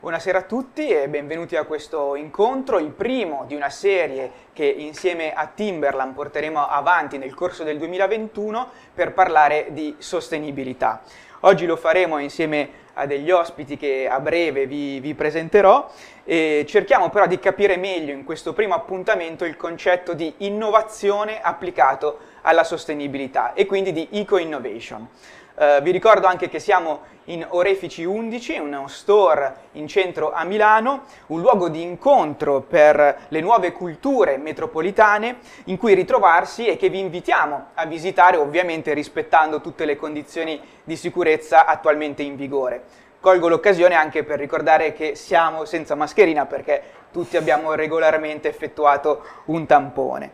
Buonasera a tutti e benvenuti a questo incontro, il primo di una serie che insieme a Timberland porteremo avanti nel corso del 2021 per parlare di sostenibilità. Oggi lo faremo insieme a degli ospiti che a breve vi presenterò e cerchiamo però di capire meglio in questo primo appuntamento il concetto di innovazione applicato alla sostenibilità e quindi di eco-innovation. Vi ricordo anche che siamo in Orefici 11, uno store in centro a Milano, un luogo di incontro per le nuove culture metropolitane in cui ritrovarsi e che vi invitiamo a visitare, ovviamente rispettando tutte le condizioni di sicurezza attualmente in vigore. Colgo l'occasione anche per ricordare che siamo senza mascherina perché tutti abbiamo regolarmente effettuato un tampone.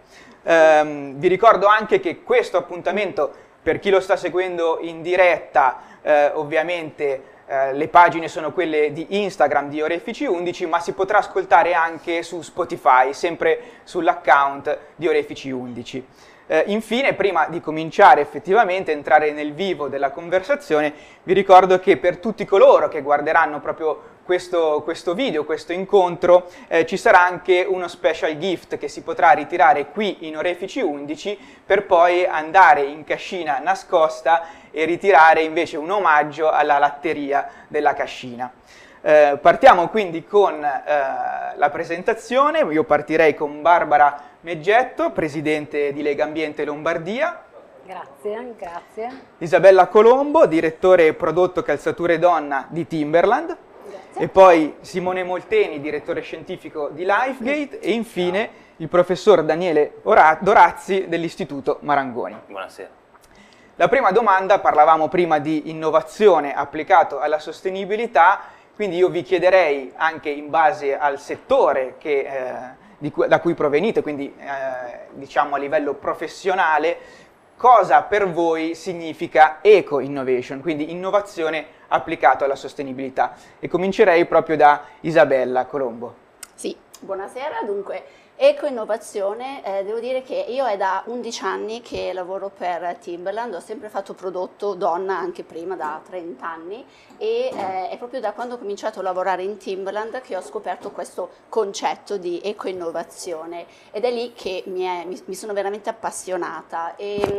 Vi ricordo anche che questo appuntamento, per chi lo sta seguendo in diretta, ovviamente le pagine sono quelle di Instagram di Orefici 11, ma si potrà ascoltare anche su Spotify, sempre sull'account di Orefici 11. Infine, prima di cominciare effettivamente a entrare nel vivo della conversazione, vi ricordo che per tutti coloro che guarderanno proprio questo video, questo incontro, ci sarà anche uno special gift che si potrà ritirare qui in Orefici 11 per poi andare in cascina nascosta e ritirare invece un omaggio alla latteria della cascina. Partiamo quindi con la presentazione. Io partirei con Barbara Meggetto, presidente di Lega Ambiente Lombardia. Grazie. Isabella Colombo, direttore prodotto calzature donna di Timberland. Grazie. E poi Simone Molteni, direttore scientifico di Lifegate. E infine il professor Daniele Dorazzi dell'Istituto Marangoni. Buonasera. La prima domanda, parlavamo prima di innovazione applicato alla sostenibilità, quindi io vi chiederei anche in base al settore da cui provenite, quindi diciamo a livello professionale, cosa per voi significa eco-innovation, quindi innovazione applicata alla sostenibilità. E comincerei proprio da Isabella Colombo. Sì, buonasera. Dunque, eco-innovazione, devo dire che io è da 11 anni che lavoro per Timberland, ho sempre fatto prodotto donna anche prima, da 30 anni, e è proprio da quando ho cominciato a lavorare in Timberland che ho scoperto questo concetto di eco-innovazione ed è lì che mi sono veramente appassionata.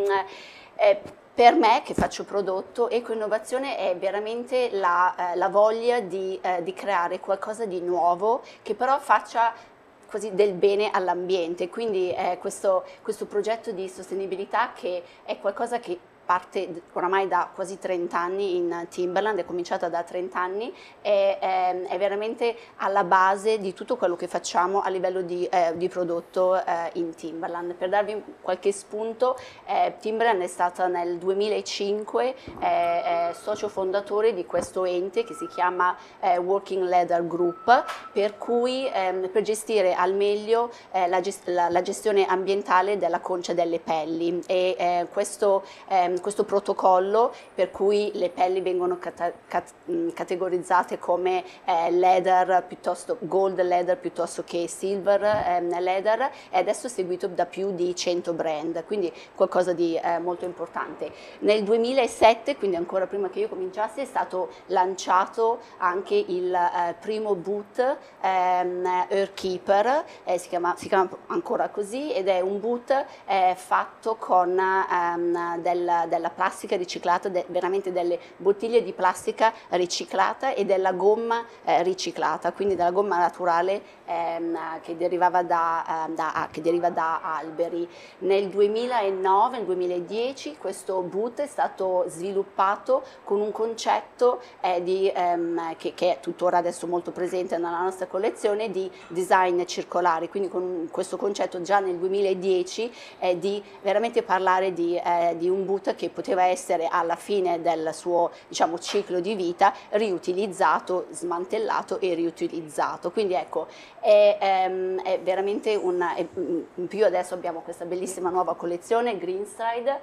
Per me, che faccio prodotto, eco-innovazione è veramente la voglia di creare qualcosa di nuovo che però faccia così del bene all'ambiente, quindi questo progetto di sostenibilità che è qualcosa che parte oramai da quasi 30 anni in Timberland, è cominciata da 30 anni, è veramente alla base di tutto quello che facciamo a livello di prodotto in Timberland. Per darvi qualche spunto, Timberland è stata nel 2005 socio fondatore di questo ente che si chiama Working Leather Group, per cui per gestire al meglio la gestione ambientale della concia delle pelli e questo protocollo per cui le pelli vengono categorizzate come leather gold leather piuttosto che silver leather è adesso seguito da più di 100 brand, quindi qualcosa di molto importante. Nel 2007, quindi ancora prima che io cominciassi, è stato lanciato anche il primo boot Earthkeeper, si chiama ancora così, ed è un boot fatto con della plastica riciclata, veramente delle bottiglie di plastica riciclata e della gomma riciclata, quindi della gomma naturale che deriva da alberi. Nel 2009, nel 2010 questo boot è stato sviluppato con un concetto che è tuttora adesso molto presente nella nostra collezione, di design circolari, quindi con questo concetto già nel 2010 di veramente parlare di un boot che poteva essere alla fine del suo, diciamo, ciclo di vita riutilizzato, smantellato e riutilizzato. Quindi ecco, è veramente in più adesso abbiamo questa bellissima nuova collezione Greenstride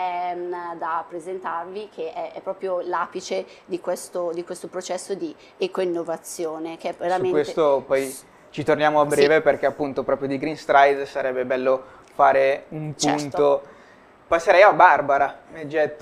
da presentarvi, che è proprio l'apice di questo processo di eco-innovazione, che è veramente... Su questo poi ci torniamo a breve, sì, perché appunto proprio di Greenstride sarebbe bello fare un punto. Certo. Passerei a Barbara Meggetto,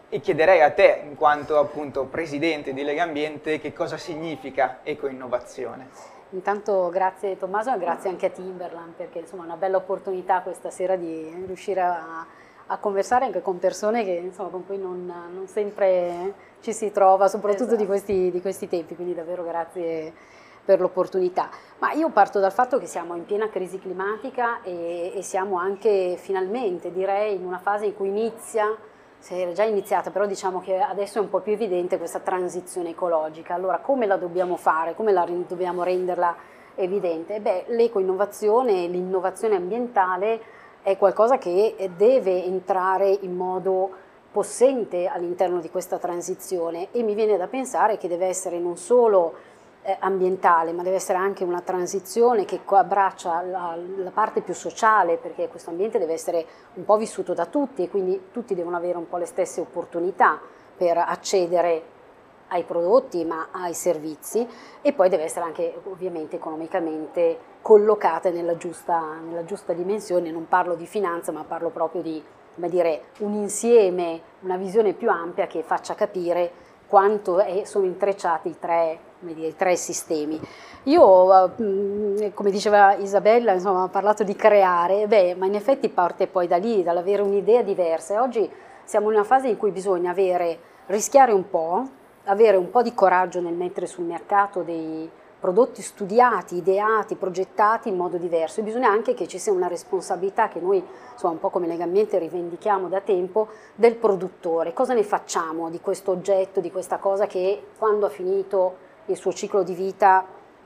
E chiederei a te, in quanto appunto presidente di Legambiente, che cosa significa eco-innovazione? Intanto grazie Tommaso e grazie anche a Timberland, perché insomma è una bella opportunità questa sera di riuscire a conversare anche con persone che, insomma, con cui non sempre ci si trova, soprattutto Esatto. di questi tempi, quindi davvero grazie per l'opportunità. Ma io parto dal fatto che siamo in piena crisi climatica e siamo anche finalmente, direi, in una fase in cui inizia, se era già iniziata, però diciamo che adesso è un po' più evidente questa transizione ecologica. Allora, come la dobbiamo fare? Come dobbiamo renderla evidente? Beh, l'eco-innovazione, l'innovazione ambientale è qualcosa che deve entrare in modo possente all'interno di questa transizione e mi viene da pensare che deve essere non solo ambientale, ma deve essere anche una transizione che abbraccia la parte più sociale, perché questo ambiente deve essere un po' vissuto da tutti e quindi tutti devono avere un po' le stesse opportunità per accedere ai prodotti ma ai servizi, e poi deve essere anche ovviamente economicamente collocate nella giusta dimensione. Non parlo di finanza, ma parlo proprio di, come dire, un insieme, una visione più ampia che faccia capire quanto sono intrecciati i tre sistemi. Io, come diceva Isabella, insomma, ho parlato di creare, beh, ma in effetti parte poi da lì, dall'avere un'idea diversa. E oggi siamo in una fase in cui bisogna rischiare un po', avere un po' di coraggio nel mettere sul mercato dei prodotti studiati, ideati, progettati in modo diverso, e bisogna anche che ci sia una responsabilità che noi, insomma, un po' come Legambiente rivendichiamo da tempo, del produttore. Cosa ne facciamo di questo oggetto, di questa cosa che quando ha finito il suo ciclo di vita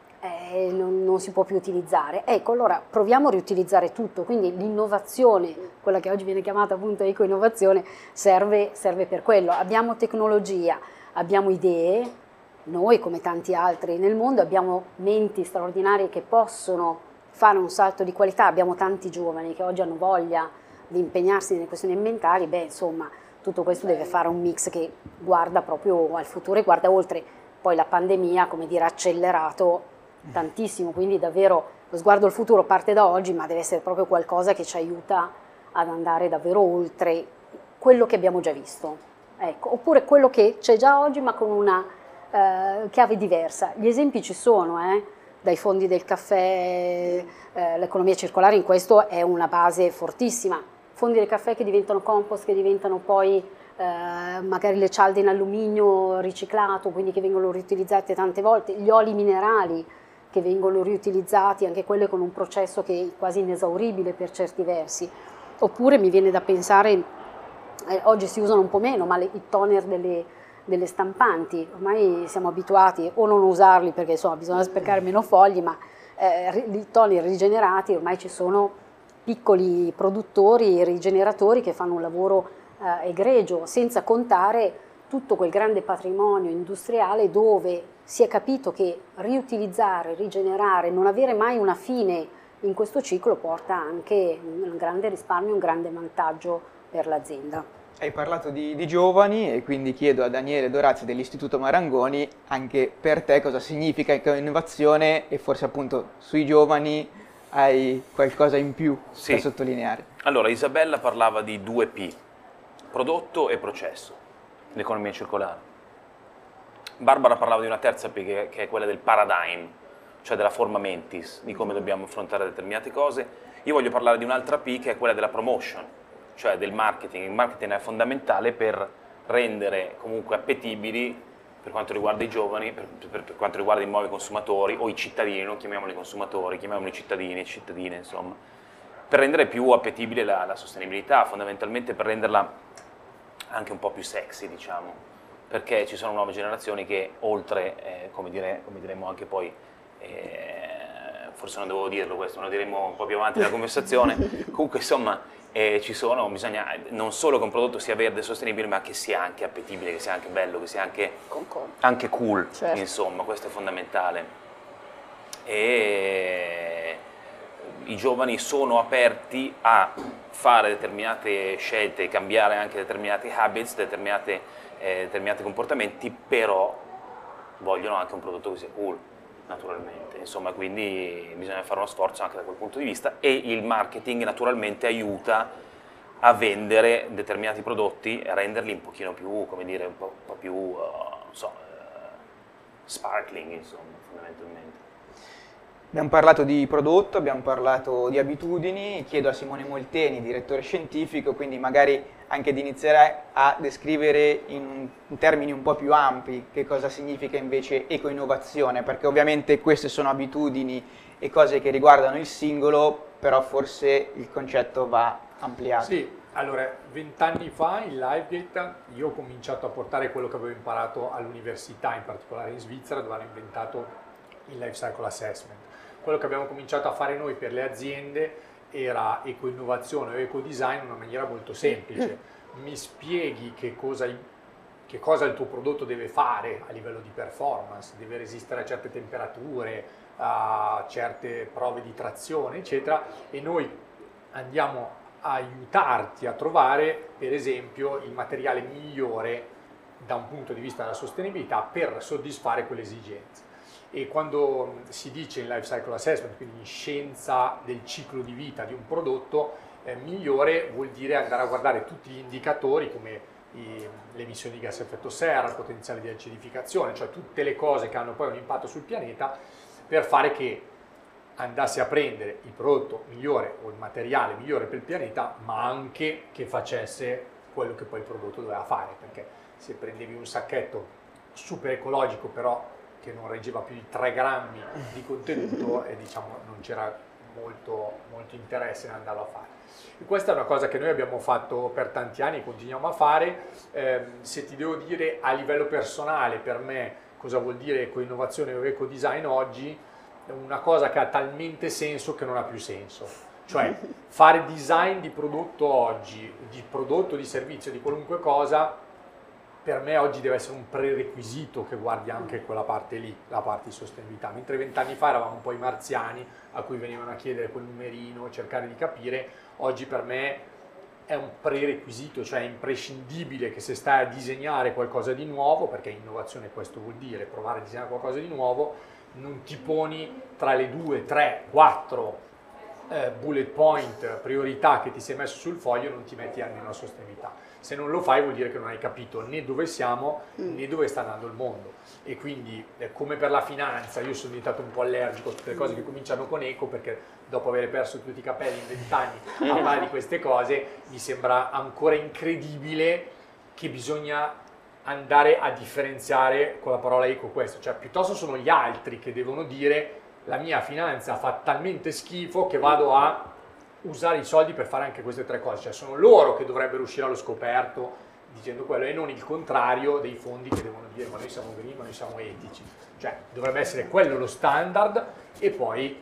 non si può più utilizzare? Ecco, allora proviamo a riutilizzare tutto, quindi l'innovazione, quella che oggi viene chiamata appunto eco-innovazione, serve per quello. Abbiamo tecnologia, abbiamo idee, noi come tanti altri nel mondo abbiamo menti straordinarie che possono fare un salto di qualità, abbiamo tanti giovani che oggi hanno voglia di impegnarsi nelle questioni ambientali, beh insomma tutto questo deve fare un mix che guarda proprio al futuro e guarda oltre. Poi la pandemia, come dire, ha accelerato tantissimo, quindi davvero lo sguardo al futuro parte da oggi, ma deve essere proprio qualcosa che ci aiuta ad andare davvero oltre quello che abbiamo già visto, ecco, oppure quello che c'è già oggi ma con una chiave diversa. Gli esempi ci sono, dai fondi del caffè, l'economia circolare in questo è una base fortissima, fondi del caffè che diventano compost, che diventano poi magari le cialde in alluminio riciclato, quindi che vengono riutilizzate tante volte, gli oli minerali che vengono riutilizzati, anche quelle con un processo che è quasi inesauribile per certi versi. Oppure mi viene da pensare, oggi si usano un po' meno, ma i toner delle stampanti, ormai siamo abituati o non usarli perché insomma bisogna sprecare meno fogli, ma i toner rigenerati, ormai ci sono piccoli produttori, rigeneratori che fanno un lavoro egregio, senza contare tutto quel grande patrimonio industriale dove si è capito che riutilizzare, rigenerare, non avere mai una fine in questo ciclo porta anche un grande risparmio, un grande vantaggio per l'azienda. Hai parlato di giovani e quindi chiedo a Daniele Dorazzi dell'Istituto Marangoni anche per te cosa significa innovazione e forse appunto sui giovani hai qualcosa in più da sottolineare. Allora, Isabella parlava di 2P, prodotto e processo, l'economia circolare. Barbara parlava di una terza P che è quella del paradigm, cioè della forma mentis, di come dobbiamo affrontare determinate cose. Io voglio parlare di un'altra P che è quella della promotion, cioè del marketing. Il marketing è fondamentale per rendere comunque appetibili, per quanto riguarda i giovani, per quanto riguarda i nuovi consumatori o i cittadini, non chiamiamoli consumatori, chiamiamoli cittadini e cittadine, insomma, per rendere più appetibile la sostenibilità, fondamentalmente per renderla anche un po' più sexy, diciamo, perché ci sono nuove generazioni che oltre, come diremo anche poi, forse non dovevo dirlo questo, lo diremo un po' più avanti nella conversazione, comunque insomma bisogna non solo che un prodotto sia verde e sostenibile, ma che sia anche appetibile, che sia anche bello, che sia anche cool, certo. Insomma, questo è fondamentale. E i giovani sono aperti a fare determinate scelte, cambiare anche determinati habits, determinati comportamenti, però vogliono anche un prodotto che sia cool, naturalmente, insomma, quindi bisogna fare uno sforzo anche da quel punto di vista, e il marketing naturalmente aiuta a vendere determinati prodotti e renderli un pochino più, come dire, un po' più, non so, sparkling, insomma, fondamentalmente. Abbiamo parlato di prodotto, abbiamo parlato di abitudini, chiedo a Simone Molteni, direttore scientifico, quindi magari anche di iniziare a descrivere in termini un po' più ampi che cosa significa invece ecoinnovazione, perché ovviamente queste sono abitudini e cose che riguardano il singolo, però forse il concetto va ampliato. Sì, allora 20 anni fa in LiveGate io ho cominciato a portare quello che avevo imparato all'università, in particolare in Svizzera, dove hanno inventato il Life Cycle Assessment. Quello che abbiamo cominciato a fare noi per le aziende era ecoinnovazione o ecodesign in una maniera molto semplice. Mi spieghi che cosa il tuo prodotto deve fare a livello di performance, deve resistere a certe temperature, a certe prove di trazione, eccetera, e noi andiamo a aiutarti a trovare, per esempio, il materiale migliore da un punto di vista della sostenibilità per soddisfare quelle esigenze. E quando si dice in life cycle assessment, quindi in scienza del ciclo di vita di un prodotto, migliore vuol dire andare a guardare tutti gli indicatori come le emissioni di gas a effetto serra, il potenziale di acidificazione, cioè tutte le cose che hanno poi un impatto sul pianeta, per fare che andasse a prendere il prodotto migliore o il materiale migliore per il pianeta, ma anche che facesse quello che poi il prodotto doveva fare, perché se prendevi un sacchetto super ecologico però che non reggeva più di 3 grammi di contenuto e diciamo non c'era molto interesse in andarlo a fare. E questa è una cosa che noi abbiamo fatto per tanti anni e continuiamo a fare. Se ti devo dire a livello personale per me cosa vuol dire ecoinnovazione o ecodesign oggi, è una cosa che ha talmente senso che non ha più senso. Cioè fare design di prodotto oggi, di prodotto, di servizio, di qualunque cosa, per me oggi deve essere un prerequisito che guardi anche quella parte lì, la parte di sostenibilità. Mentre 20 anni fa eravamo un po' i marziani a cui venivano a chiedere quel numerino, cercare di capire, oggi per me è un prerequisito, cioè è imprescindibile che se stai a disegnare qualcosa di nuovo, perché innovazione questo vuol dire, provare a disegnare qualcosa di nuovo, non ti poni tra le 2, 3, 4 bullet point, priorità che ti sei messo sul foglio, non ti metti almeno la sostenibilità. Se non lo fai vuol dire che non hai capito né dove siamo né dove sta andando il mondo. E quindi come per la finanza, io sono diventato un po' allergico a tutte le cose che cominciano con eco, perché dopo aver perso tutti i capelli in 20 anni a parlare di queste cose mi sembra ancora incredibile che bisogna andare a differenziare con la parola eco questo, cioè piuttosto sono gli altri che devono dire la mia finanza fa talmente schifo che vado a usare i soldi per fare anche queste 3 cose, cioè sono loro che dovrebbero uscire allo scoperto dicendo quello e non il contrario dei fondi che devono dire ma noi siamo green, ma noi siamo etici, cioè dovrebbe essere quello lo standard e poi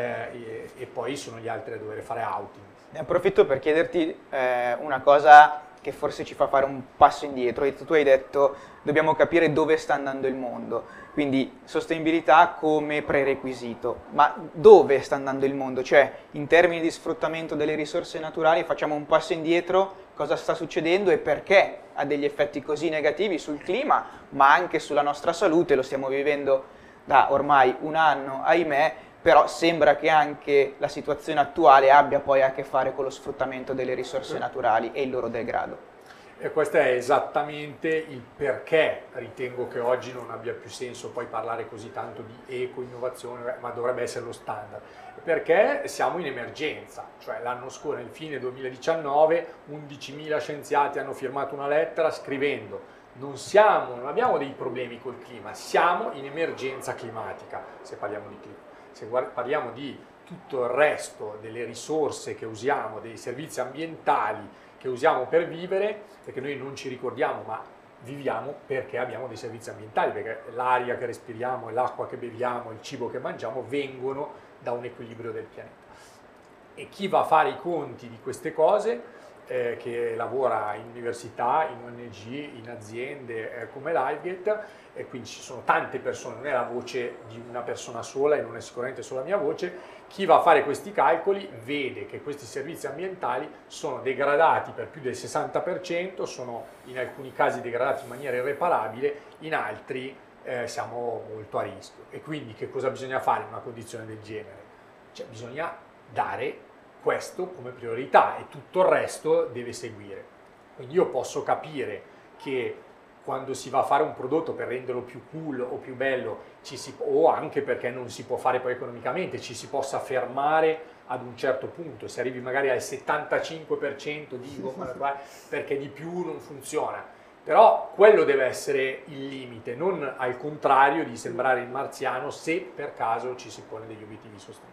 sono gli altri a dover fare outing. Ne approfitto per chiederti una cosa che forse ci fa fare un passo indietro. Tu hai detto dobbiamo capire dove sta andando il mondo, quindi sostenibilità come prerequisito, ma dove sta andando il mondo? Cioè in termini di sfruttamento delle risorse naturali facciamo un passo indietro, cosa sta succedendo e perché ha degli effetti così negativi sul clima ma anche sulla nostra salute, lo stiamo vivendo da ormai un anno, ahimè, però sembra che anche la situazione attuale abbia poi a che fare con lo sfruttamento delle risorse naturali e il loro degrado. E questo è esattamente il perché ritengo che oggi non abbia più senso poi parlare così tanto di eco-innovazione, ma dovrebbe essere lo standard. Perché siamo in emergenza, cioè l'anno scorso, nel fine 2019, 11.000 scienziati hanno firmato una lettera scrivendo non abbiamo dei problemi col clima, siamo in emergenza climatica, se parliamo di clima. Se parliamo di tutto il resto delle risorse che usiamo, dei servizi ambientali che usiamo per vivere, perché noi non ci ricordiamo, ma viviamo perché abbiamo dei servizi ambientali, perché l'aria che respiriamo, l'acqua che beviamo, il cibo che mangiamo vengono da un equilibrio del pianeta. E chi va a fare i conti di queste cose, che lavora in università, in ONG, in aziende come LiveGate, e quindi ci sono tante persone, non è la voce di una persona sola e non è sicuramente solo la mia voce, chi va a fare questi calcoli vede che questi servizi ambientali sono degradati per più del 60%, sono in alcuni casi degradati in maniera irreparabile, in altri siamo molto a rischio. E quindi che cosa bisogna fare in una condizione del genere? Cioè bisogna dare questo come priorità e tutto il resto deve seguire. Quindi io posso capire che quando si va a fare un prodotto per renderlo più cool o più bello, o anche perché non si può fare poi economicamente, ci si possa fermare ad un certo punto, se arrivi magari al 75% di gomma perché di più non funziona. Però quello deve essere il limite, non al contrario di sembrare il marziano se per caso ci si pone degli obiettivi sostenuti.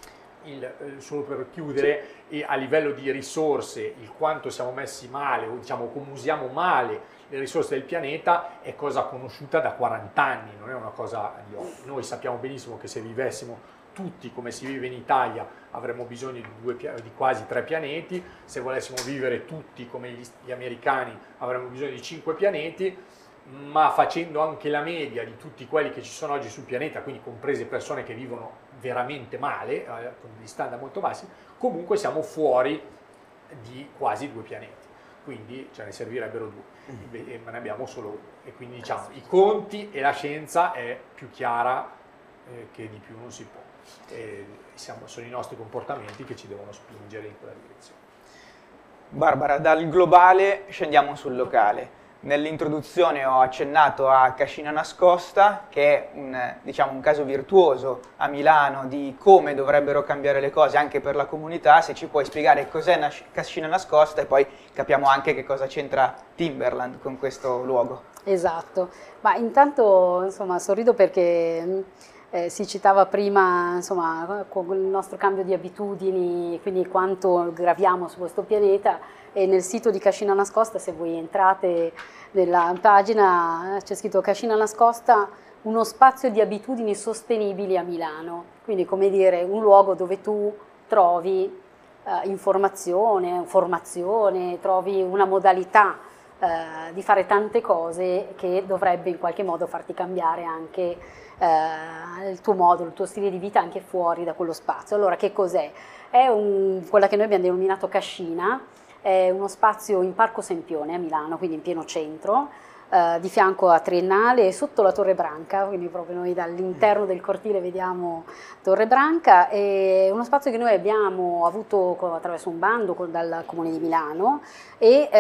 Solo per chiudere, e a livello di risorse, il quanto siamo messi male, o diciamo come usiamo male le risorse del pianeta, è cosa conosciuta da 40 anni, non è una cosa di oggi. Noi sappiamo benissimo che se vivessimo tutti come si vive in Italia avremmo bisogno di quasi 3 pianeti, se volessimo vivere tutti come gli americani avremmo bisogno di 5 pianeti, ma facendo anche la media di tutti quelli che ci sono oggi sul pianeta, quindi comprese persone che vivono veramente male, con degli standard molto bassi, comunque siamo fuori di quasi 2 pianeti, quindi ce ne servirebbero 2, ma ne abbiamo solo 1, e quindi diciamo i conti e la scienza è più chiara che di più non si può. Sono i nostri comportamenti che ci devono spingere in quella direzione. Barbara, dal globale scendiamo sul locale. Nell'introduzione ho accennato a Cascina Nascosta, che è un caso virtuoso a Milano di come dovrebbero cambiare le cose anche per la comunità. Se ci puoi spiegare cos'è Cascina Nascosta e poi capiamo anche che cosa c'entra Timberland con questo luogo. Esatto, ma intanto insomma sorrido perché si citava prima insomma con il nostro cambio di abitudini, quindi quanto graviamo su questo pianeta, e nel sito di Cascina Nascosta, se voi entrate nella pagina, c'è scritto Cascina Nascosta, uno spazio di abitudini sostenibili a Milano, quindi come dire un luogo dove tu trovi informazione, formazione, trovi una modalità di fare tante cose che dovrebbe in qualche modo farti cambiare anche il tuo modo, il tuo stile di vita anche fuori da quello spazio. Allora che cos'è? È quella che noi abbiamo denominato Cascina, è uno spazio in Parco Sempione a Milano, quindi in pieno centro, di fianco a Triennale e sotto la Torre Branca, quindi proprio noi dall'interno del cortile vediamo Torre Branca. È uno spazio che noi abbiamo avuto attraverso un bando dal Comune di Milano, e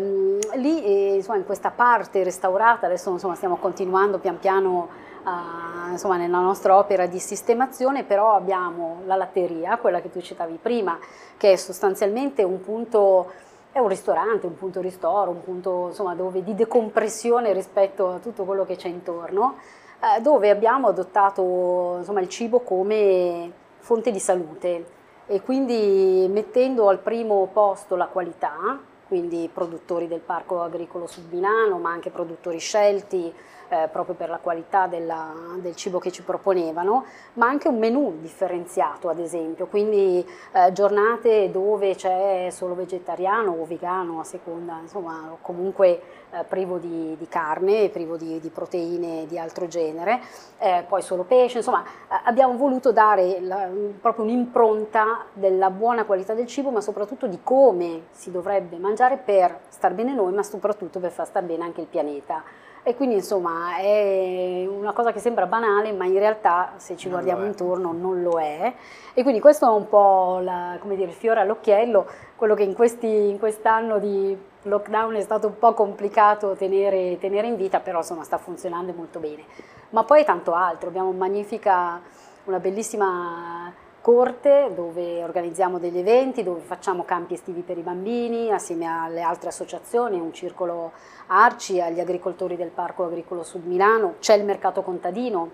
lì insomma, in questa parte restaurata, adesso insomma, stiamo continuando pian piano insomma, nella nostra opera di sistemazione, però abbiamo la latteria, quella che tu citavi prima, che è sostanzialmente un punto, è un ristorante, un punto ristoro, un punto insomma, dove di decompressione rispetto a tutto quello che c'è intorno, dove abbiamo adottato insomma, il cibo come fonte di salute, e quindi mettendo al primo posto la qualità, quindi produttori del Parco Agricolo Sud Milano, ma anche produttori scelti, proprio per la qualità del cibo che ci proponevano, ma anche un menù differenziato ad esempio, quindi giornate dove c'è solo vegetariano o vegano a seconda, insomma comunque privo di carne, privo di proteine di altro genere, poi solo pesce, insomma abbiamo voluto dare proprio un'impronta della buona qualità del cibo, ma soprattutto di come si dovrebbe mangiare per star bene noi, ma soprattutto per far star bene anche il pianeta. E quindi insomma è una cosa che sembra banale, ma in realtà se ci guardiamo intorno non lo è. E quindi questo è un po' come dire, il fiore all'occhiello, quello che in quest'anno di lockdown è stato un po' complicato tenere in vita, però insomma sta funzionando molto bene. Ma poi tanto altro, abbiamo una bellissima corte dove organizziamo degli eventi, dove facciamo campi estivi per i bambini assieme alle altre associazioni, un circolo ARCI, agli agricoltori del Parco Agricolo Sud Milano. C'è il mercato contadino,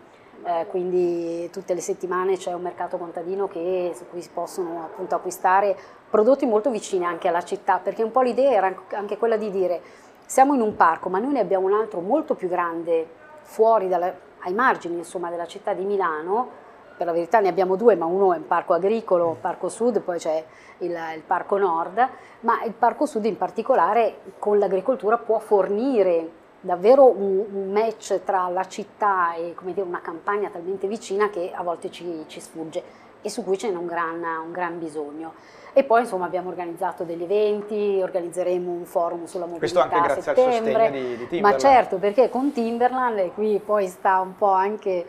quindi tutte le settimane c'è un mercato contadino su cui si possono appunto acquistare prodotti molto vicini anche alla città, perché un po' l'idea era anche quella di dire siamo in un parco, ma noi ne abbiamo un altro molto più grande fuori ai margini insomma, della città di Milano. Per la verità ne abbiamo 2, ma uno è un parco agricolo, Parco Sud, poi c'è il Parco Nord, ma il Parco Sud in particolare con l'agricoltura può fornire davvero un match tra la città e come dire, una campagna talmente vicina che a volte ci sfugge e su cui c'è un gran bisogno. E poi insomma abbiamo organizzato degli eventi, organizzeremo un forum sulla mobilità a settembre. Questo anche grazie al sostegno di Timberland. Ma certo, perché con Timberland, e qui poi sta un po' anche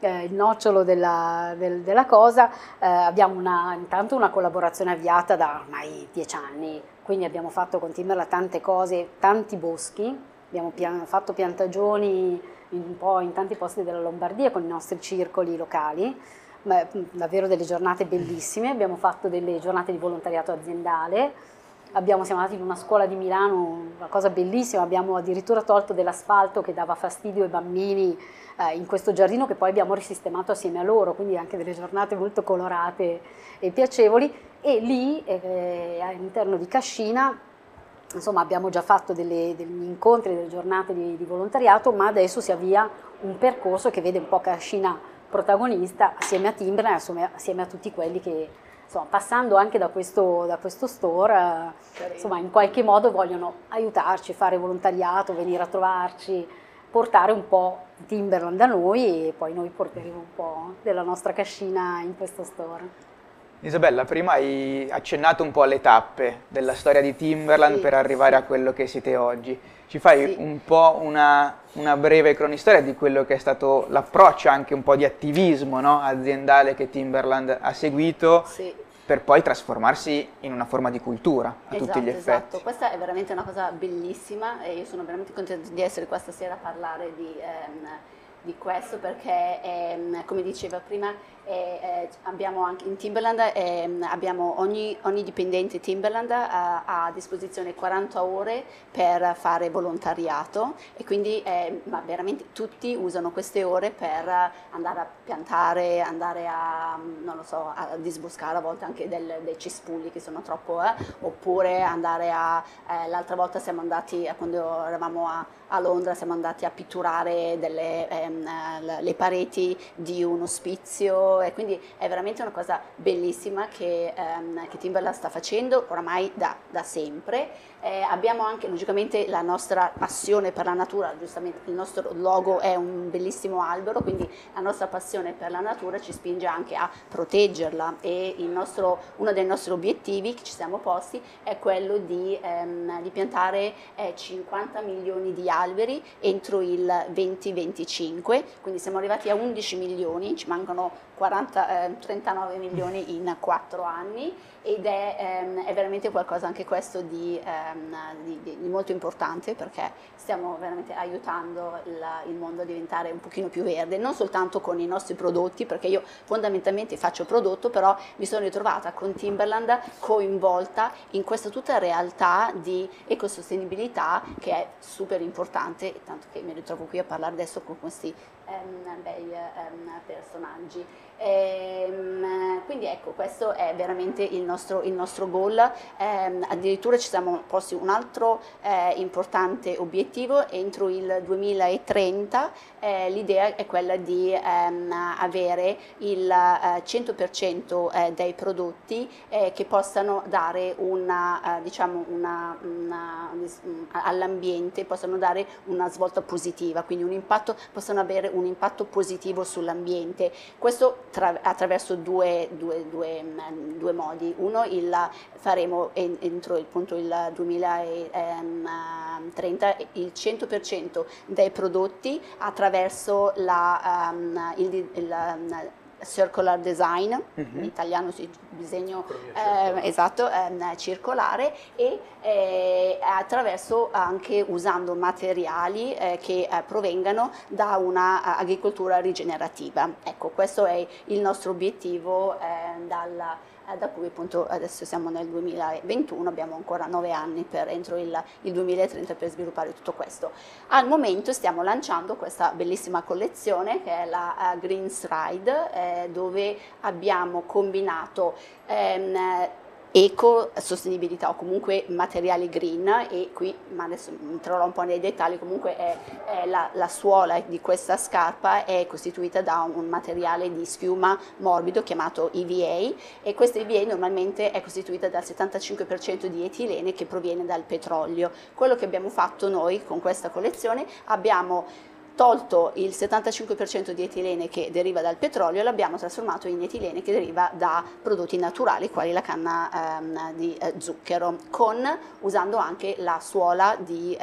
il nocciolo della cosa. Abbiamo intanto una collaborazione avviata da ormai 10 anni, quindi abbiamo fatto con Timberland tante cose, tanti boschi, abbiamo fatto piantagioni un po' in tanti posti della Lombardia con i nostri circoli locali, davvero delle giornate bellissime. Abbiamo fatto delle giornate di volontariato aziendale, siamo andati in una scuola di Milano, una cosa bellissima, abbiamo addirittura tolto dell'asfalto che dava fastidio ai bambini in questo giardino, che poi abbiamo risistemato assieme a loro, quindi anche delle giornate molto colorate e piacevoli. E lì all'interno di Cascina, insomma, abbiamo già fatto degli incontri, delle giornate di volontariato, ma adesso si avvia un percorso che vede un po' Cascina protagonista assieme a Timberland, assieme a tutti quelli che, insomma, passando anche da questo store, insomma, in qualche modo vogliono aiutarci, fare volontariato, venire a trovarci, portare un po' Timberland da noi, e poi noi porteremo un po' della nostra Cascina in questo store. Isabella, prima hai accennato un po' alle tappe della storia di Timberland, Sì, per arrivare sì. a quello che siete oggi. Ci fai Sì. un po' una breve cronistoria di quello che è stato l'approccio, anche un po' di attivismo, no, aziendale che Timberland ha seguito, Sì. per poi trasformarsi in una forma di cultura a tutti gli effetti. Esatto, questa è veramente una cosa bellissima e io sono veramente contenta di essere qua stasera a parlare di questo, perché come diceva prima, abbiamo anche in Timberland, abbiamo ogni dipendente Timberland ha a disposizione 40 ore per fare volontariato, e quindi ma veramente tutti usano queste ore per andare a piantare, andare a, non lo so, a disboscare a volte anche dei cespugli che sono troppo, oppure andare l'altra volta siamo andati, quando eravamo a Londra, siamo andati a pitturare le pareti di un ospizio, e quindi è veramente una cosa bellissima che Timberland sta facendo oramai da sempre. Abbiamo anche logicamente la nostra passione per la natura, giustamente il nostro logo è un bellissimo albero, quindi la nostra passione per la natura ci spinge anche a proteggerla, e uno dei nostri obiettivi che ci siamo posti è quello di piantare 50 milioni di alberi entro il 2025, quindi siamo arrivati a 11 milioni, ci mancano 39 milioni in 4 anni, ed è veramente qualcosa anche questo di molto importante, perché stiamo veramente aiutando il mondo a diventare un pochino più verde, non soltanto con i nostri prodotti, perché io fondamentalmente faccio prodotto, però mi sono ritrovata con Timberland coinvolta in questa tutta realtà di ecosostenibilità che è super importante, tanto che mi ritrovo qui a parlare adesso con questi bei personaggi. Quindi ecco, questo è veramente il nostro goal. Addirittura ci siamo posti un altro importante obiettivo: entro il 2030 l'idea è quella di avere il 100% dei prodotti che possano dare all'ambiente, possano dare una svolta positiva, quindi possono avere un impatto positivo sull'ambiente. Questo attraverso due modi. Uno, faremo entro appunto il 2030 il 100% dei prodotti attraverso il circular design, in italiano disegno esatto, circolare, e attraverso anche usando materiali che provengano da una agricoltura rigenerativa. Ecco, questo è il nostro obiettivo da cui appunto adesso siamo nel 2021, abbiamo ancora 9 anni entro il 2030 per sviluppare tutto questo. Al momento stiamo lanciando questa bellissima collezione che è la Green Stride, dove abbiamo combinato eco-sostenibilità o comunque materiali green, e qui, ma adesso entrerò un po' nei dettagli, comunque la suola di questa scarpa è costituita da un materiale di schiuma morbido chiamato EVA, e questa EVA normalmente è costituita dal 75% di etilene che proviene dal petrolio. Quello che abbiamo fatto noi con questa collezione, abbiamo tolto il 75% di etilene che deriva dal petrolio e l'abbiamo trasformato in etilene che deriva da prodotti naturali, quali la canna di zucchero, usando anche la suola di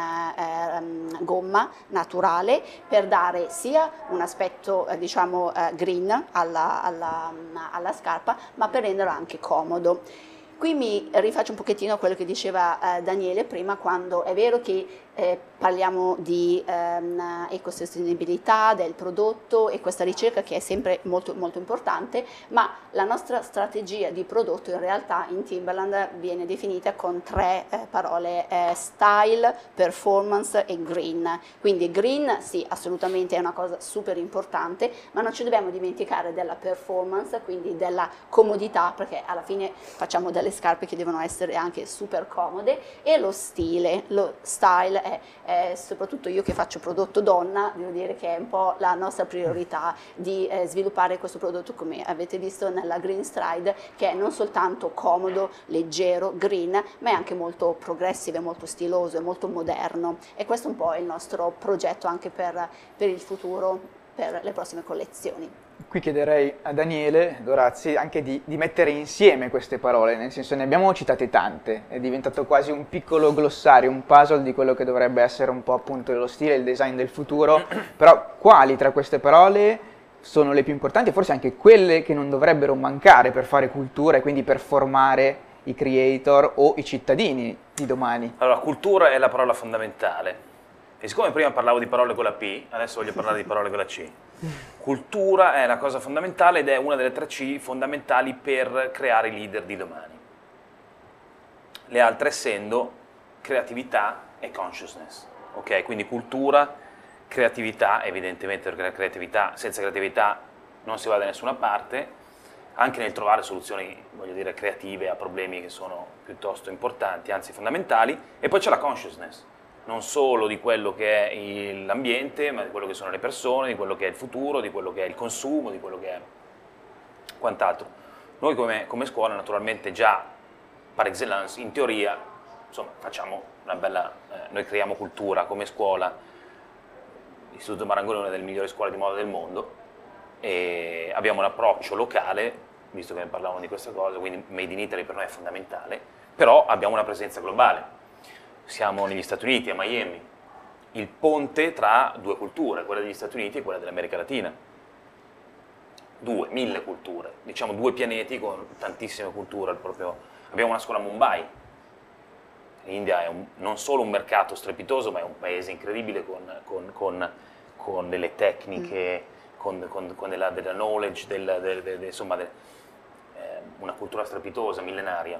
gomma naturale per dare sia un aspetto diciamo green alla scarpa, ma per renderlo anche comodo. Qui mi rifaccio un pochettino a quello che diceva Daniele prima, quando è vero che parliamo di ecosostenibilità del prodotto e questa ricerca che è sempre molto, molto importante, ma la nostra strategia di prodotto in realtà in Timberland viene definita con tre parole: style, performance e green. Quindi green sì, assolutamente è una cosa super importante, ma non ci dobbiamo dimenticare della performance, quindi della comodità, perché alla fine facciamo delle scarpe che devono essere anche super comode, e lo stile, lo style soprattutto io che faccio prodotto donna, devo dire che è un po' la nostra priorità di sviluppare questo prodotto, come avete visto nella Green Stride, che è non soltanto comodo, leggero, green, ma è anche molto progressive, molto stiloso e molto moderno, e questo è un po' il nostro progetto anche per il futuro, per le prossime collezioni. Qui chiederei a Daniele Dorazzi anche di mettere insieme queste parole, nel senso, ne abbiamo citate tante, è diventato quasi un piccolo glossario, un puzzle di quello che dovrebbe essere un po' appunto lo stile e il design del futuro, però quali tra queste parole sono le più importanti e forse anche quelle che non dovrebbero mancare per fare cultura e quindi per formare i creator o i cittadini di domani? Allora, cultura è la parola fondamentale. E siccome prima parlavo di parole con la P, adesso voglio parlare di parole con la C. Cultura è la cosa fondamentale ed è una delle 3 C fondamentali per creare i leader di domani. Le altre essendo creatività e consciousness. Ok? Quindi cultura, creatività, evidentemente, perché la creatività, senza creatività non si va da nessuna parte, anche nel trovare soluzioni, voglio dire, creative a problemi che sono piuttosto importanti, anzi fondamentali, e poi c'è la consciousness. Non solo di quello che è l'ambiente, ma di quello che sono le persone, di quello che è il futuro, di quello che è il consumo, di quello che è quant'altro. Noi come scuola naturalmente già par excellence, in teoria, insomma, facciamo una bella, noi creiamo cultura come scuola. L'Istituto Marangoni è una delle migliori scuole di moda del mondo e abbiamo un approccio locale, visto che ne parlavamo di questa cosa, quindi Made in Italy per noi è fondamentale, però abbiamo una presenza globale. Siamo negli Stati Uniti, a Miami, il ponte tra 2 culture, quella degli Stati Uniti e quella dell'America Latina. 1000 culture, diciamo 2 pianeti con tantissime culture. Abbiamo una scuola a Mumbai. L'India è non solo un mercato strepitoso, ma è un paese incredibile con delle tecniche, con della knowledge, insomma, una cultura strepitosa, millenaria,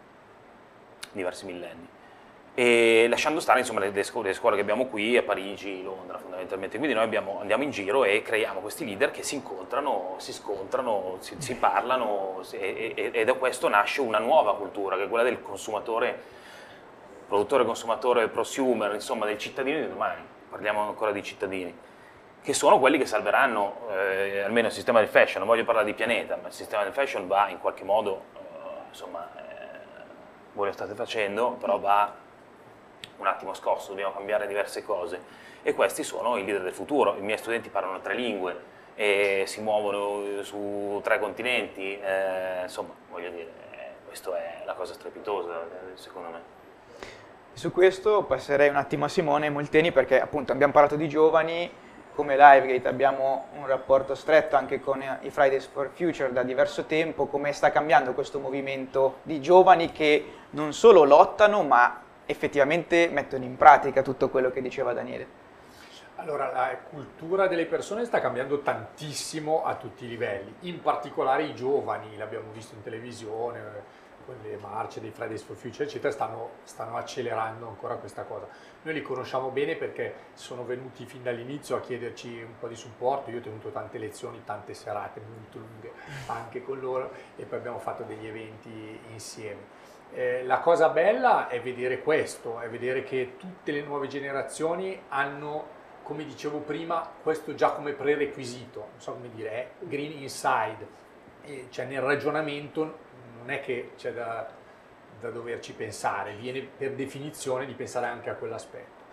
diversi millenni. E lasciando stare insomma, le scuole che abbiamo qui a Parigi, Londra fondamentalmente, quindi noi andiamo in giro e creiamo questi leader che si incontrano, si scontrano, si parlano e da questo nasce una nuova cultura che è quella del consumatore, produttore, consumatore, prosumer, insomma del cittadino di domani, parliamo ancora di cittadini, che sono quelli che salveranno almeno il sistema del fashion. Non voglio parlare di pianeta, ma il sistema del fashion va in qualche modo, insomma, voi lo state facendo, però va un attimo scosso, dobbiamo cambiare diverse cose e questi sono i leader del futuro. I miei studenti parlano 3 lingue e si muovono su 3 continenti, insomma, voglio dire, questa è la cosa strepitosa secondo me. Su questo passerei un attimo a Simone Molteni, perché appunto abbiamo parlato di giovani, come Livegate abbiamo un rapporto stretto anche con i Fridays for Future da diverso tempo. Come sta cambiando questo movimento di giovani che non solo lottano ma effettivamente mettono in pratica tutto quello che diceva Daniele? Allora, la cultura delle persone sta cambiando tantissimo a tutti i livelli, in particolare i giovani, l'abbiamo visto in televisione, con le marce dei Fridays for Future, eccetera, stanno accelerando ancora questa cosa. Noi li conosciamo bene perché sono venuti fin dall'inizio a chiederci un po' di supporto. Io ho tenuto tante lezioni, tante serate molto lunghe anche con loro e poi abbiamo fatto degli eventi insieme. La cosa bella è vedere questo, è vedere che tutte le nuove generazioni hanno, come dicevo prima, questo già come prerequisito, non so come dire, è green inside, cioè nel ragionamento non è che c'è da doverci pensare, viene per definizione di pensare anche a quell'aspetto.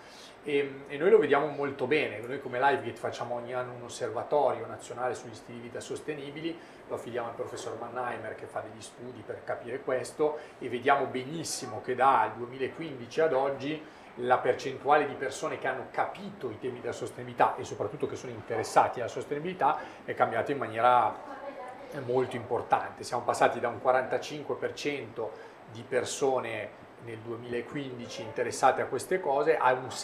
e noi lo vediamo molto bene. Noi come LiveGate facciamo ogni anno un osservatorio nazionale sugli stili di vita sostenibili, lo affidiamo al professor Mannheimer che fa degli studi per capire questo, e vediamo benissimo che dal 2015 ad oggi la percentuale di persone che hanno capito i temi della sostenibilità e soprattutto che sono interessati alla sostenibilità è cambiata in maniera molto importante. Siamo passati da un 45% di persone nel 2015 interessate a queste cose a un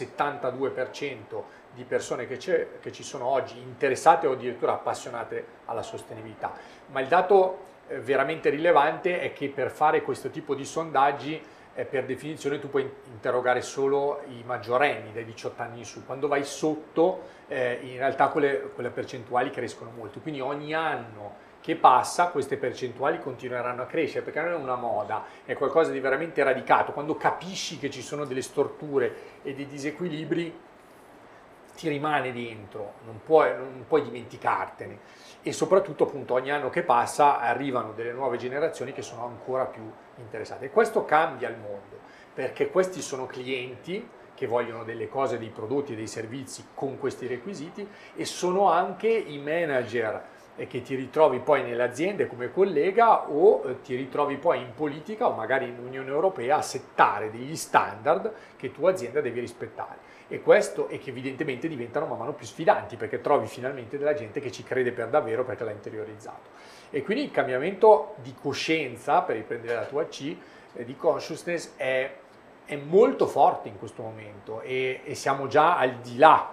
72% di persone che ci sono oggi interessate o addirittura appassionate alla sostenibilità. Ma il dato veramente rilevante è che per fare questo tipo di sondaggi per definizione tu puoi interrogare solo i maggiorenni dai 18 anni in su. Quando vai sotto in realtà quelle percentuali crescono molto, quindi ogni anno che passa queste percentuali continueranno a crescere, perché non è una moda, è qualcosa di veramente radicato. Quando capisci che ci sono delle storture e dei disequilibri ti rimane dentro, non puoi dimenticartene, e soprattutto appunto ogni anno che passa arrivano delle nuove generazioni che sono ancora più interessate, e questo cambia il mondo, perché questi sono clienti che vogliono delle cose, dei prodotti e dei servizi con questi requisiti, e sono anche i manager che ti ritrovi poi nelle aziende come collega, o ti ritrovi poi in politica o magari in Unione Europea a settare degli standard che tu azienda devi rispettare. E questo è che evidentemente diventano man mano più sfidanti, perché trovi finalmente della gente che ci crede per davvero perché l'ha interiorizzato. E quindi il cambiamento di coscienza, per riprendere la tua C, di consciousness è molto forte in questo momento, e siamo già al di là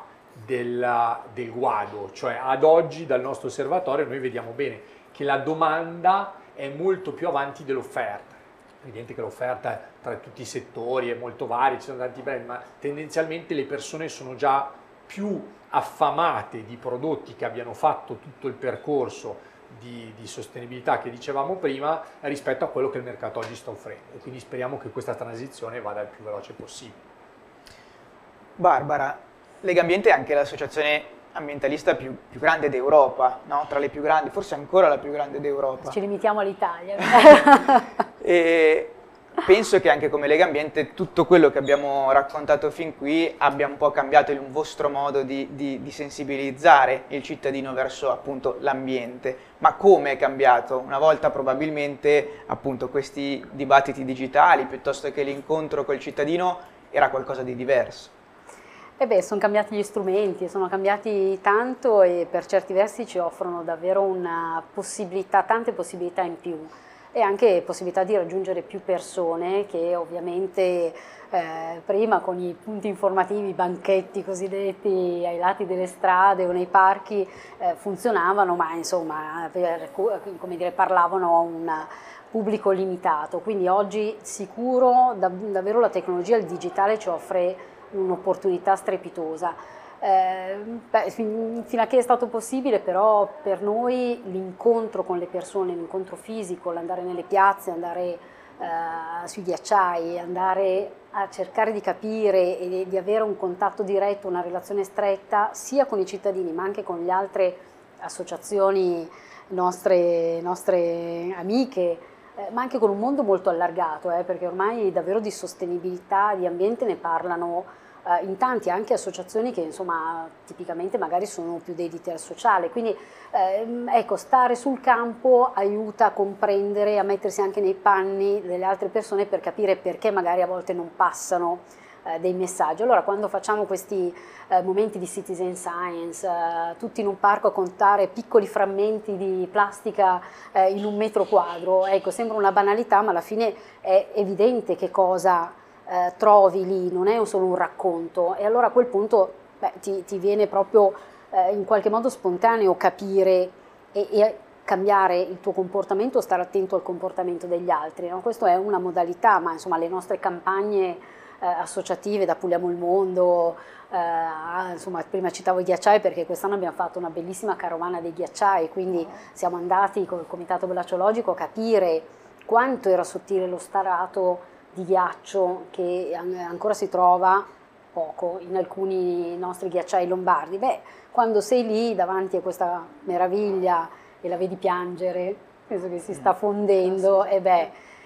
del guado, cioè ad oggi dal nostro osservatorio noi vediamo bene che la domanda è molto più avanti dell'offerta. È evidente che l'offerta tra tutti i settori è molto varia, ci sono tanti brand, ma tendenzialmente le persone sono già più affamate di prodotti che abbiano fatto tutto il percorso di sostenibilità che dicevamo prima rispetto a quello che il mercato oggi sta offrendo, e quindi speriamo che questa transizione vada il più veloce possibile. Barbara, Legambiente è anche l'associazione ambientalista più grande d'Europa, no? Tra le più grandi, forse ancora la più grande d'Europa. Ci limitiamo all'Italia. E penso che anche come Legambiente tutto quello che abbiamo raccontato fin qui abbia un po' cambiato il vostro modo di sensibilizzare il cittadino verso appunto l'ambiente. Ma come è cambiato? Una volta probabilmente appunto questi dibattiti digitali piuttosto che l'incontro col cittadino era qualcosa di diverso. Sono cambiati gli strumenti, sono cambiati tanto, e per certi versi ci offrono davvero una possibilità, tante possibilità in più, e anche possibilità di raggiungere più persone che ovviamente prima con i punti informativi, i banchetti cosiddetti ai lati delle strade o nei parchi funzionavano, ma insomma come dire, parlavano a un pubblico limitato. Quindi oggi sicuro davvero la tecnologia, il digitale ci offre un'opportunità strepitosa. Fino a che è stato possibile, però per noi l'incontro con le persone, l'incontro fisico, l'andare nelle piazze, andare sui ghiacciai, andare a cercare di capire e di avere un contatto diretto, una relazione stretta sia con i cittadini ma anche con le altre associazioni nostre amiche, ma anche con un mondo molto allargato, perché ormai davvero di sostenibilità, di ambiente ne parlano in tanti, anche associazioni che insomma tipicamente magari sono più dedite al sociale, quindi ecco, stare sul campo aiuta a comprendere, a mettersi anche nei panni delle altre persone per capire perché magari a volte non passano dei messaggi. Allora quando facciamo questi momenti di citizen science, tutti in un parco a contare piccoli frammenti di plastica in un metro quadro, ecco, sembra una banalità, ma alla fine è evidente che cosa trovi lì, non è solo un racconto, e allora a quel punto ti viene proprio in qualche modo spontaneo capire e cambiare il tuo comportamento, stare attento al comportamento degli altri, no? Questo è una modalità, ma insomma le nostre campagne associative da Puliamo il Mondo, insomma prima citavo i ghiacciai perché quest'anno abbiamo fatto una bellissima carovana dei ghiacciai, quindi siamo andati con il Comitato Glaciologico a capire quanto era sottile lo strato di ghiaccio che ancora si trova poco in alcuni nostri ghiacciai lombardi. Quando sei lì davanti a questa meraviglia e la vedi piangere, penso che si sta fondendo,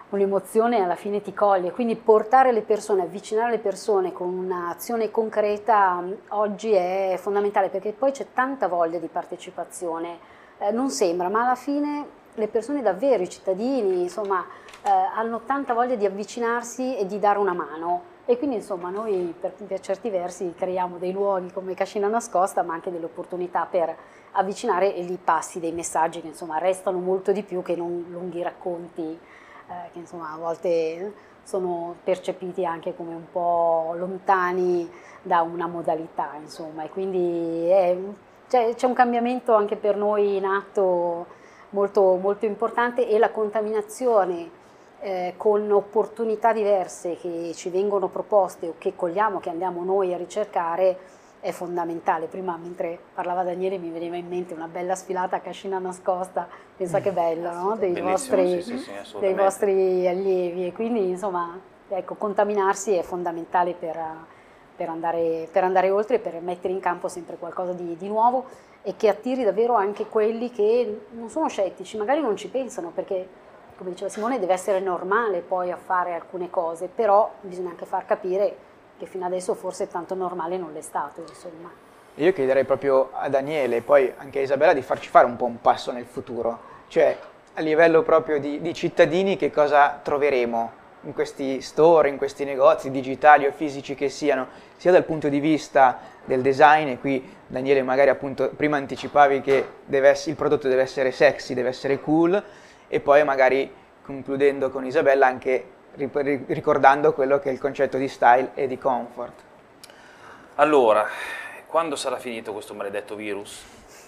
un'emozione alla fine ti coglie, quindi portare le persone, avvicinare le persone con un'azione concreta oggi è fondamentale, perché poi c'è tanta voglia di partecipazione, non sembra, ma alla fine le persone davvero, i cittadini, insomma, hanno tanta voglia di avvicinarsi e di dare una mano. E quindi insomma noi per certi versi creiamo dei luoghi come Cascina Nascosta, ma anche delle opportunità per avvicinare, e lì passi dei messaggi che insomma restano molto di più che non lunghi racconti che insomma a volte sono percepiti anche come un po' lontani da una modalità, insomma, e quindi c'è un cambiamento anche per noi in atto molto, molto importante, e la contaminazione con opportunità diverse che ci vengono proposte o che cogliamo, che andiamo noi a ricercare, è fondamentale. Prima, mentre parlava Daniele, mi veniva in mente una bella sfilata a Cascina Nascosta, pensa che bello, no? Dei vostri allievi, e quindi insomma, ecco, contaminarsi è fondamentale per andare oltre, per mettere in campo sempre qualcosa di nuovo, e che attiri davvero anche quelli che non sono scettici, magari non ci pensano, perché come diceva Simone deve essere normale poi a fare alcune cose, però bisogna anche far capire che fino adesso forse tanto normale non l'è stato, insomma. Io chiederei proprio a Daniele e poi anche a Isabella di farci fare un po' un passo nel futuro, cioè a livello proprio di cittadini che cosa troveremo in questi store, in questi negozi digitali o fisici che siano, sia dal punto di vista del design, e qui Daniele magari appunto prima anticipavi che il prodotto deve essere sexy, deve essere cool, e poi magari concludendo con Isabella anche ricordando quello che è il concetto di style e di comfort. Allora, quando sarà finito questo maledetto virus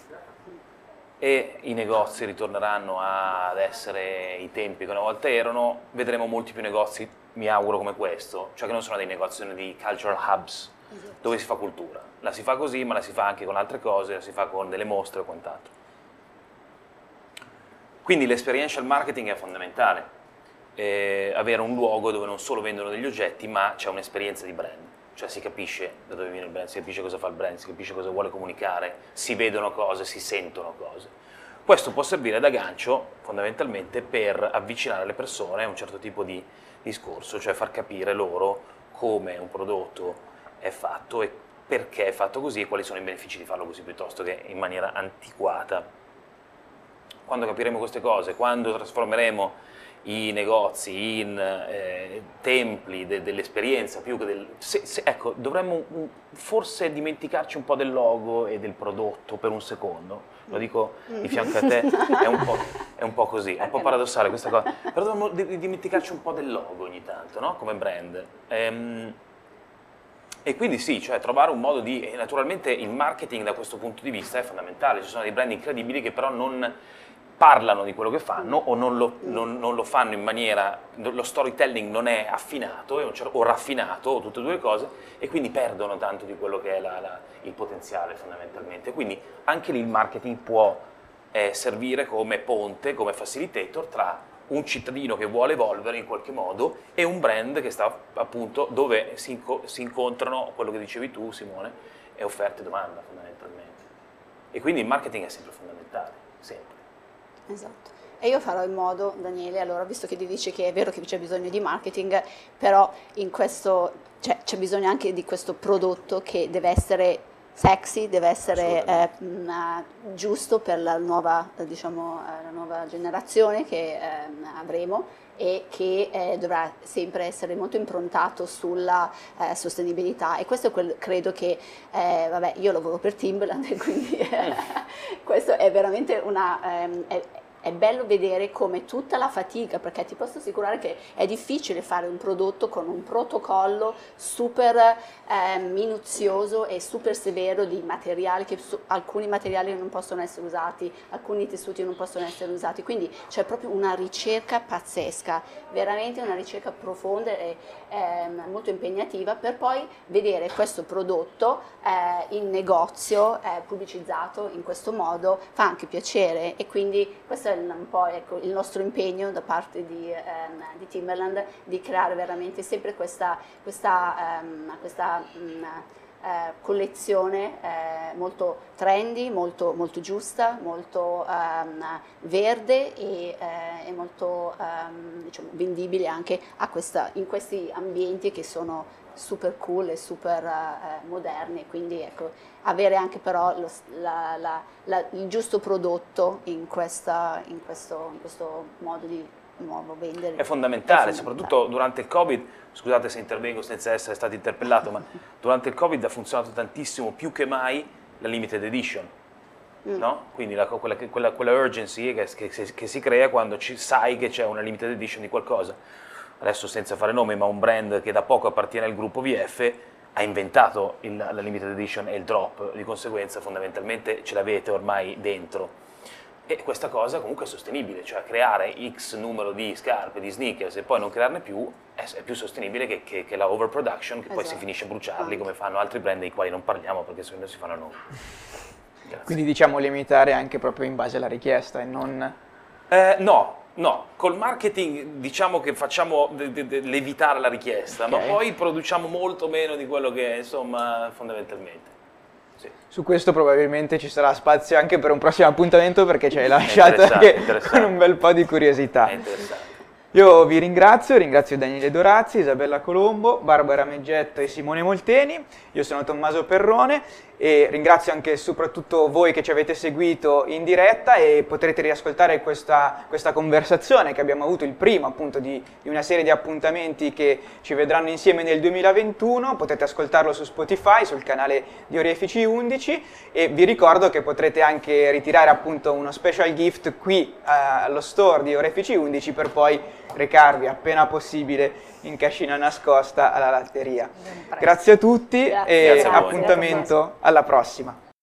e i negozi ritorneranno ad essere i tempi che una volta erano, vedremo molti più negozi, mi auguro, come questo, cioè che non sono dei negozi, sono dei cultural hubs, dove si fa cultura. La si fa così, ma la si fa anche con altre cose, la si fa con delle mostre o quant'altro. Quindi l'experiential marketing è fondamentale, avere un luogo dove non solo vendono degli oggetti, ma c'è un'esperienza di brand, cioè si capisce da dove viene il brand, si capisce cosa fa il brand, si capisce cosa vuole comunicare, si vedono cose, si sentono cose. Questo può servire da gancio fondamentalmente per avvicinare le persone a un certo tipo di discorso, cioè far capire loro come un prodotto è fatto e perché è fatto così e quali sono i benefici di farlo così, piuttosto che in maniera antiquata. Quando capiremo queste cose, quando trasformeremo i negozi in templi dell'esperienza più che ecco, dovremmo forse dimenticarci un po' del logo e del prodotto per un secondo, lo dico di fianco a te, è un po' così, è un po' paradossale questa cosa, però dovremmo dimenticarci un po' del logo ogni tanto, no? Come brand. E quindi sì, cioè trovare un modo di... naturalmente il marketing da questo punto di vista è fondamentale, ci sono dei brand incredibili che però non parlano di quello che fanno o non lo fanno in maniera, lo storytelling non è affinato o raffinato, o tutte e due le cose, e quindi perdono tanto di quello che è il potenziale fondamentalmente. Quindi anche lì il marketing può servire come ponte, come facilitator tra un cittadino che vuole evolvere in qualche modo e un brand che sta appunto dove si incontrano quello che dicevi tu, Simone, è offerta e domanda fondamentalmente. E quindi il marketing è sempre fondamentale, sempre. Esatto. E io farò in modo, Daniele, allora, visto che ti dici che è vero che c'è bisogno di marketing, però in questo c'è bisogno anche di questo prodotto che deve essere sexy, deve essere giusto per la nuova, diciamo, la nuova generazione che avremo, e che dovrà sempre essere molto improntato sulla sostenibilità. E questo credo che, vabbè, io lavoro per Timberland e quindi questo è veramente è bello vedere come tutta la fatica, perché ti posso assicurare che è difficile fare un prodotto con un protocollo super minuzioso e super severo di materiali, che alcuni materiali non possono essere usati, alcuni tessuti non possono essere usati, quindi c'è proprio una ricerca pazzesca, veramente una ricerca profonda e molto impegnativa, per poi vedere questo prodotto in negozio pubblicizzato in questo modo fa anche piacere. E quindi questo è un po', ecco, il nostro impegno da parte di Timberland, di creare veramente sempre questa collezione molto trendy, molto, molto giusta, molto verde e molto diciamo, vendibile anche in questi ambienti che sono super cool e super moderni, moderni, quindi ecco, avere anche però il giusto prodotto in questo modo di nuovo vendere. È fondamentale, soprattutto durante il Covid, scusate se intervengo senza essere stato interpellato, ma durante il Covid ha funzionato tantissimo, più che mai, la limited edition. No? Quindi quella urgency che si crea quando sai che c'è una limited edition di qualcosa. Adesso senza fare nomi, ma un brand che da poco appartiene al gruppo VF ha inventato la limited edition e il drop, di conseguenza fondamentalmente ce l'avete ormai dentro. E questa cosa comunque è sostenibile, cioè creare X numero di scarpe, di sneakers e poi non crearne più è più sostenibile che la overproduction, che poi si finisce a bruciarli come fanno altri brand dei quali non parliamo perché se no si fanno nomi. Quindi diciamo limitare anche proprio in base alla richiesta e non... No, col marketing diciamo che facciamo l'evitare la richiesta, ma poi produciamo molto meno di quello che è, insomma, fondamentalmente. Sì. Su questo probabilmente ci sarà spazio anche per un prossimo appuntamento perché ci hai lasciato anche con un bel po' di curiosità. È interessante. Io vi ringrazio Daniele Dorazzi, Isabella Colombo, Barbara Meggetto e Simone Molteni. Io sono Tommaso Perrone e ringrazio anche e soprattutto voi che ci avete seguito in diretta e potrete riascoltare questa conversazione che abbiamo avuto, il primo appunto di una serie di appuntamenti che ci vedranno insieme nel 2021. Potete ascoltarlo su Spotify, sul canale di Orefici 11 e vi ricordo che potrete anche ritirare appunto uno special gift qui allo store di Orefici 11 per poi recarvi appena possibile in cascina nascosta alla latteria. Grazie a tutti e appuntamento alla prossima.